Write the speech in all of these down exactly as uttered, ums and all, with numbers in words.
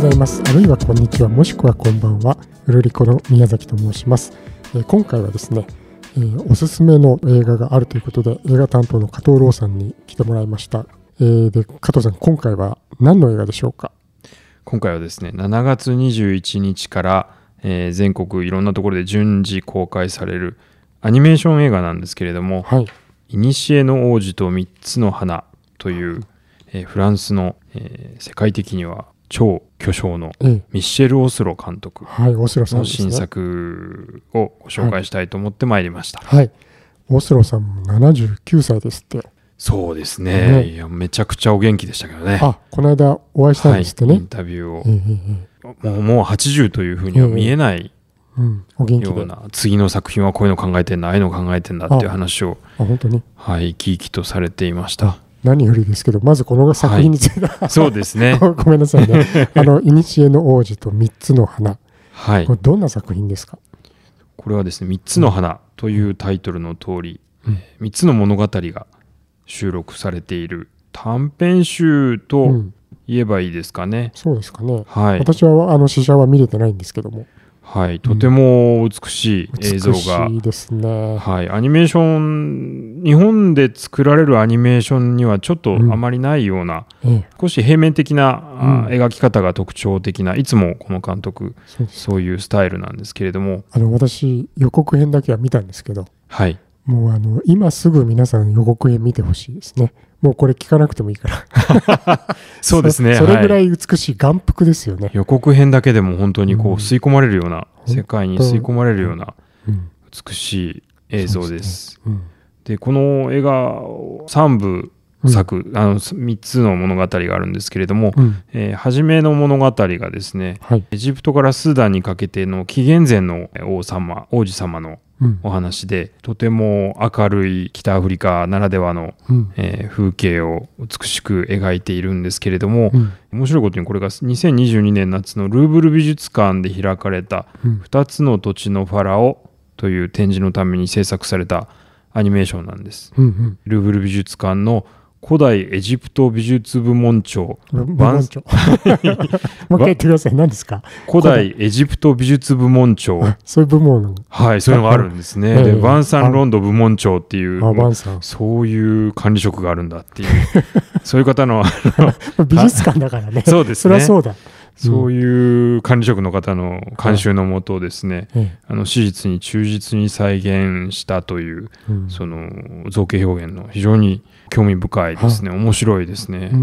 ざいます。あるいはこんにちは、もしくはこんばんは。うるりこの宮崎と申します。えー、今回はですね、えー、おすすめの映画があるということで、映画担当の加藤朗さんに来てもらいました。えー、で加藤さん、今回は何の映画でしょうか？ 今回はですね、しちがつにじゅういちにちから、えー、全国いろんなところで順次公開されるアニメーション映画なんですけれども、 はい、 いにしえの王子とみっつの花という、えー、フランスの、えー、世界的には超巨匠のミッシェル・オスロ監督の新作をご紹介したいと思ってまいりました。 はい、はい、オスロさんもななじゅうきゅうさいですって。 そうですね、ね、いやめちゃくちゃお元気でしたけどね。 あ、この間お会いしたんですってね、 はい、インタビューを、えー、もう、もうはちじゅうというふうには見えない、えーうん、お元気でような、次の作品はこういうの考えてんだ、ああいうの考えてんだっていう話をああ本当に、 はい、生き生きとされていました。 何よりですけど、まずこの作品について、はい、 そうですねごめんなさいねあのいにしえの王子とみっつの花、 はい、 これどんな作品ですか？ これはですね、みっつの花というタイトルの通り、うん、みっつの物語が収録されている短編集と言えばいいですかね、うん、 そうですかね、 はい、 私はあの試写は見れてないんですけども、 はい、とても美しい映像が、 うん、美しいですね、 はい、アニメーション、日本で作られるアニメーションにはちょっとあまりないような、うん、少し平面的な、うん、描き方が特徴的な、いつもこの監督 そ, そういうスタイルなんですけれども、 あの私予告編だけは見たんですけど、 はい、 もうあの今すぐ皆さん予告編見てほしいですね。もうこれ聞かなくてもいいからそうですね、 そ, それぐらい美しい眼福ですよね、はい、 予告編だけでも本当にこう吸い込まれるような、うん、世界に吸い込まれるような美しい映像です。で、ね、うん、この映画さんぶ作、うん、あのみっつの物語があるんですけれども、うん、えー、初めの物語がですね、はい、エジプトからスーダンにかけての紀元前の王様王子様のお話で、うん、とても明るい北アフリカならではの、うん、えー、風景を美しく描いているんですけれども、うん、面白いことにこれがにせんにじゅうにねん夏のルーブル美術館で開かれたふたつの土地のファラオという展示のために制作されたアニメーションなんです、うんうん、ルーブル美術館の古代エジプト美術部門長部門長もう一回言ってください。何ですか？ 古代エジプト美術部門長、 そういう部門、 はい、そういうのがあるんですね、えー、でヴァンサン・ロンド部門長っていう、 あヴァンさん、 そういう管理職があるんだっていうそういう方の美術館だからねそうですね、 そりゃそうだ、 そういう管理職の方の監修のもとですね、はい、あの史実に忠実に再現したという、うん、その造形表現の非常に興味深いですね、はい、面白いですね、うん、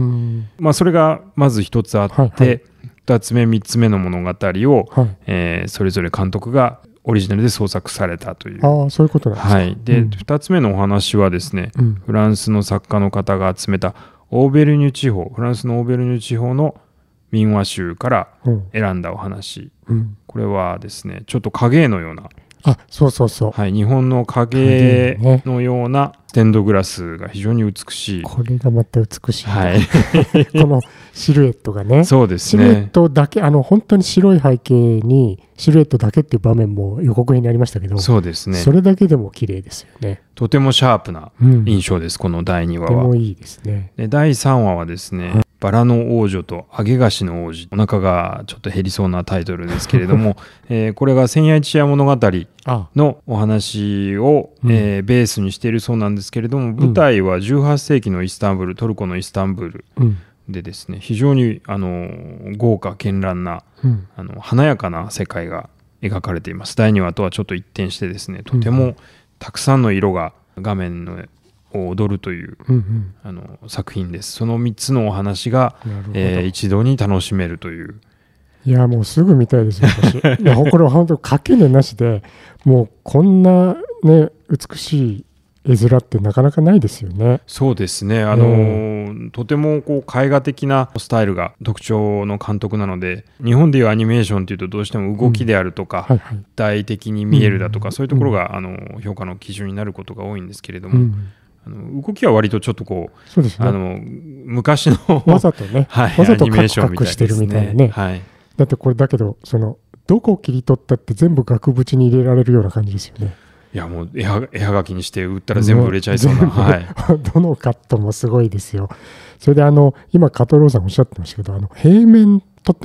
まあ、それがまず一つあって、はいはい、ふたつめみっつめの物語を、はい、えー、それぞれ監督がオリジナルで創作されたという。 ああ、そういうことなんですか。 はい、で、うん、ふたつめのお話はですね、うん、フランスの作家の方が集めたオーベルニュ地方、フランスのオーベルニュ地方の民話集から選んだお話、うん、これはですね、ちょっと影絵のような、 あ、そうそうそう、 はい、日本の影絵のようなステンドグラスが非常に美しい。 これがまた美しい、 はい、 このシルエットがね、 そうですね、 シルエットだけ、あの本当に白い背景にシルエットだけっていう場面も予告編にありましたけど、 そうですね、 それだけでも綺麗ですよね。 とてもシャープな印象です、うん、このだいにわは。 とてもいいですね。 でだいさんわはですね、うん、バラの王女と揚げ菓子の王子、お腹がちょっと減りそうなタイトルですけれども、えー、これが千夜一夜物語のお話を、えー、ベースにしているそうなんですけれども、舞台はじゅうはっせいきのイスタンブール、トルコのイスタンブールでですね、非常にあの豪華絢爛な、うん、あの華やかな世界が描かれています。だいにわとはちょっと一転してですね、とてもたくさんの色が画面のを踊るという、うんうん、あの作品です。そのみっつのお話が、えー、一度に楽しめるという。 いやもうすぐ見たいですよ私。いやこれは本当掛け値なしで、もうこんなね美しい絵面ってなかなかないですよね。 そうですね、あのーうん、とてもこう絵画的なスタイルが特徴の監督なので、日本でいうアニメーションというとどうしても動きであるとか、うん、はいはい、立体的に見えるだとか、うん、そういうところが、うん、あの評価の基準になることが多いんですけれども、うん、あの動きは割とちょっとこう、そうですね、あの昔のわざとね、はい、わざとカクカクしてるみたいなね、 はい、 だってこれだけどそのどこを切り取ったって全部額縁に入れられるような感じですよね。 いやもう絵は、絵はがきにして売ったら全部売れちゃいそうな、はい、 どのカットもすごいですよ。それであの今加藤ローさんおっしゃってましたけど、あの平面とってもペッ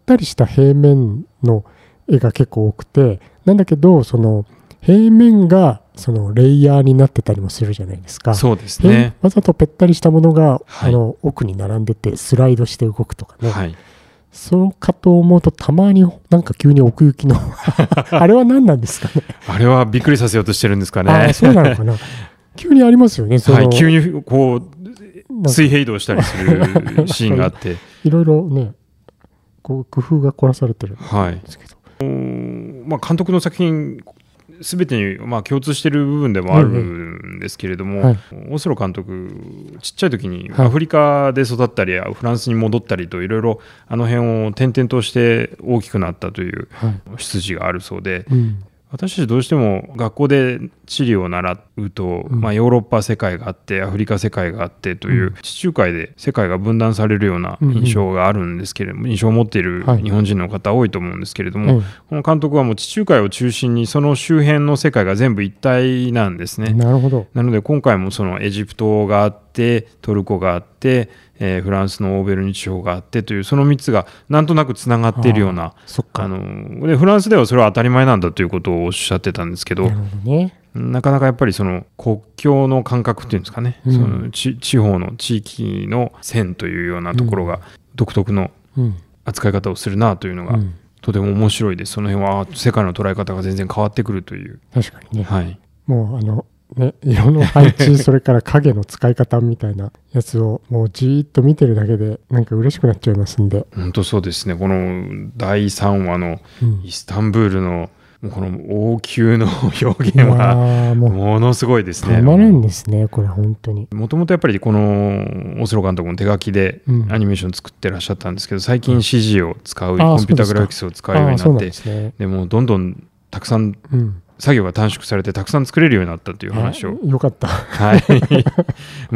ったりした平面の絵が結構多くて、なんだけどその平面がそのレイヤーになってたりもするじゃないですか。 そうですね。 わざとぺったりしたものが、 はい、 あの奥に並んでてスライドして動くとかね、 はい、 そうかと思うとたまになんか急に奥行きのあれは何なんですかね。 あれはびっくりさせようとしてるんですかね。 あ、そうなのかな。急にありますよね。その、 はい、急にこう水平移動したりするシーンがあっていろいろねこう工夫が凝らされてるんですけど、 はい、まあ、監督の作品すべてにまあ共通している部分でもあるんですけれども、はい、オスロ監督ちっちゃい時にアフリカで育ったり、はい、フランスに戻ったりといろいろあの辺を転々として大きくなったという出自があるそうで、はい、うん、私たちどうしても学校で地理を習うと、うん、まあ、ヨーロッパ世界があってアフリカ世界があってという、うん、地中海で世界が分断されるような印象があるんですけれども、うんうん、印象を持っている日本人の方多いと思うんですけれども、はい、この監督はもう地中海を中心にその周辺の世界が全部一体なんですね。 なるほど。 なので今回もそのエジプトがあってトルコがあってえー、フランスのオーベルニ地方があってというそのみっつがなんとなくつながっているような、あのでフランスではそれは当たり前なんだということをおっしゃってたんですけど、 なるほどね、 なかなかやっぱりその国境の感覚っていうんですかね、うん、その地, 地方の地域の線というようなところが独特の扱い方をするなというのがとても面白いです。その辺は世界の捉え方が全然変わってくるという。 確かにね、 はい、 もうあのね、色の配置それから影の使い方みたいなやつをもうじーっと見てるだけでなんか嬉しくなっちゃいますんで。 本当そうですね。このだいさんわのイスタンブールの、うん、この王宮の表現はものすごいですね。 たまらんですねこれ本当に。 もともとやっぱりこのオスロ監督の手書きでアニメーション作ってらっしゃったんですけど、最近 シージー を使う、うん、コンピュータグラフィックスを使うようになって、で, ね、でもどんどんたくさん、うん、作業が短縮されてたくさん作れるようになったという話を。 よかった、 はい、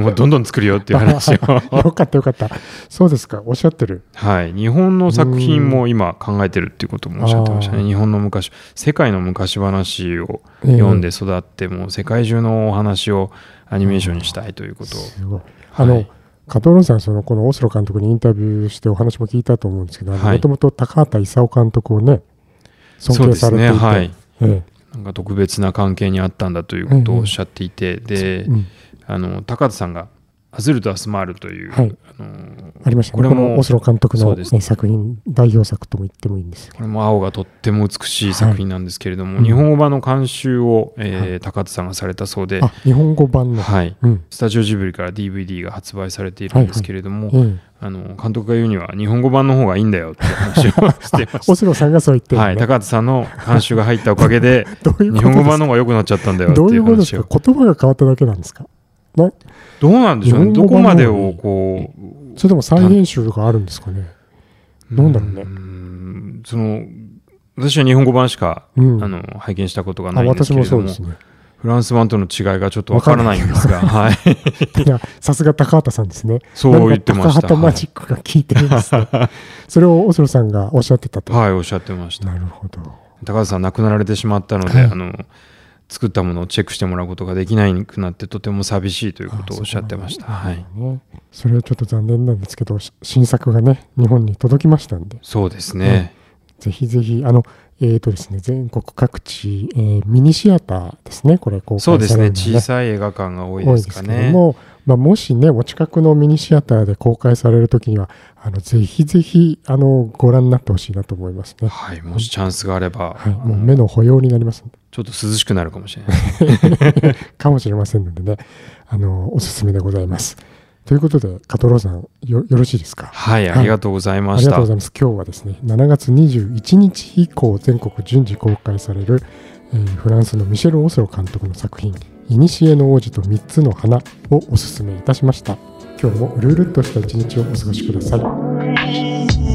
もうどんどん作るよっていう話をよかったよかった。そうですか、おっしゃってる。 はい、日本の作品も今考えてるっていうこともおっしゃってましたね。日本の昔世界の昔話を読んで育って、えー、もう世界中のお話をアニメーションにしたいということを。すごい、 あの、はい、加藤論さん、そのこのオスロ監督にインタビューしてお話も聞いたと思うんですけど、もともと高畑勲監督をね尊敬されていて、そうですね、はい、えーなんか特別な関係にあったんだということをおっしゃっていて、うんうん、で、うん、あの高畑さんがアズルとアスマールという、はい、あのありましたね。これもこのオスロ監督の、ね、作品代表作とも言ってもいいんですよ。 これも青がとっても美しい作品なんですけれども、はい、日本語版の監修を、えーはい、高畑さんがされたそうで、 あ、日本語版の、 はい、うん、スタジオジブリから ディーブイディー が発売されているんですけれども、はいはい、うん、あの監督が言うには日本語版の方がいいんだよっていう話をしていました。 オスロさんがそう言ってる、ね、 はい、高畑さんの監修が入ったおかげで日本語版の方が良くなっちゃったんだよっていう話を。どういうことですか？ 言葉が変わっただけなんですか？などうなんでしょうね。どこまでをこう、 それでも再編集とかあるんですかね。なんだろうね。うーん、その私は日本語版しか、うん、あの拝見したことがないんですけれども、私もそうですね。フランス版との違いがちょっとわからないんですが、はい。 いや、さすが高畑さんですね。 そう言ってました。 高畑マジックが効いてるんですね。それをオスロさんがおっしゃってたと。 はい、おっしゃってました。 なるほど。 高畑さん亡くなられてしまったので、はい、あの作ったものをチェックしてもらうことができなくなってとても寂しいということをおっしゃってました。はい。 それはちょっと残念なんですけど、新作がね日本に届きましたんで。 そうですね。 うん、ぜひぜひあの。えーとですね、全国各地、えー、ミニシアターですね、これ公開されるの、ね、 そうですね、小さい映画館が多いですかね。多いですけども、まあ、もしね、お近くのミニシアターで公開されるときには、あのぜひぜひあのご覧になってほしいなと思いますね。 はい、もしチャンスがあれば、 はい、もう目の保養になりますので。 ちょっと涼しくなるかもしれない。 かもしれませんのでね、あのおすすめでございます。ということで、加藤ローさん よ, よろしいですか？ はい、ありがとうございました。 はい、ありがとうございます。今日はですね、しちがつにじゅういちにち以降全国順次公開される、えー、フランスのミシェル・オスロ監督の作品「いにしえの王子とみっつの花」をおすすめいたしました。今日もうるうるっとした一日をお過ごしください。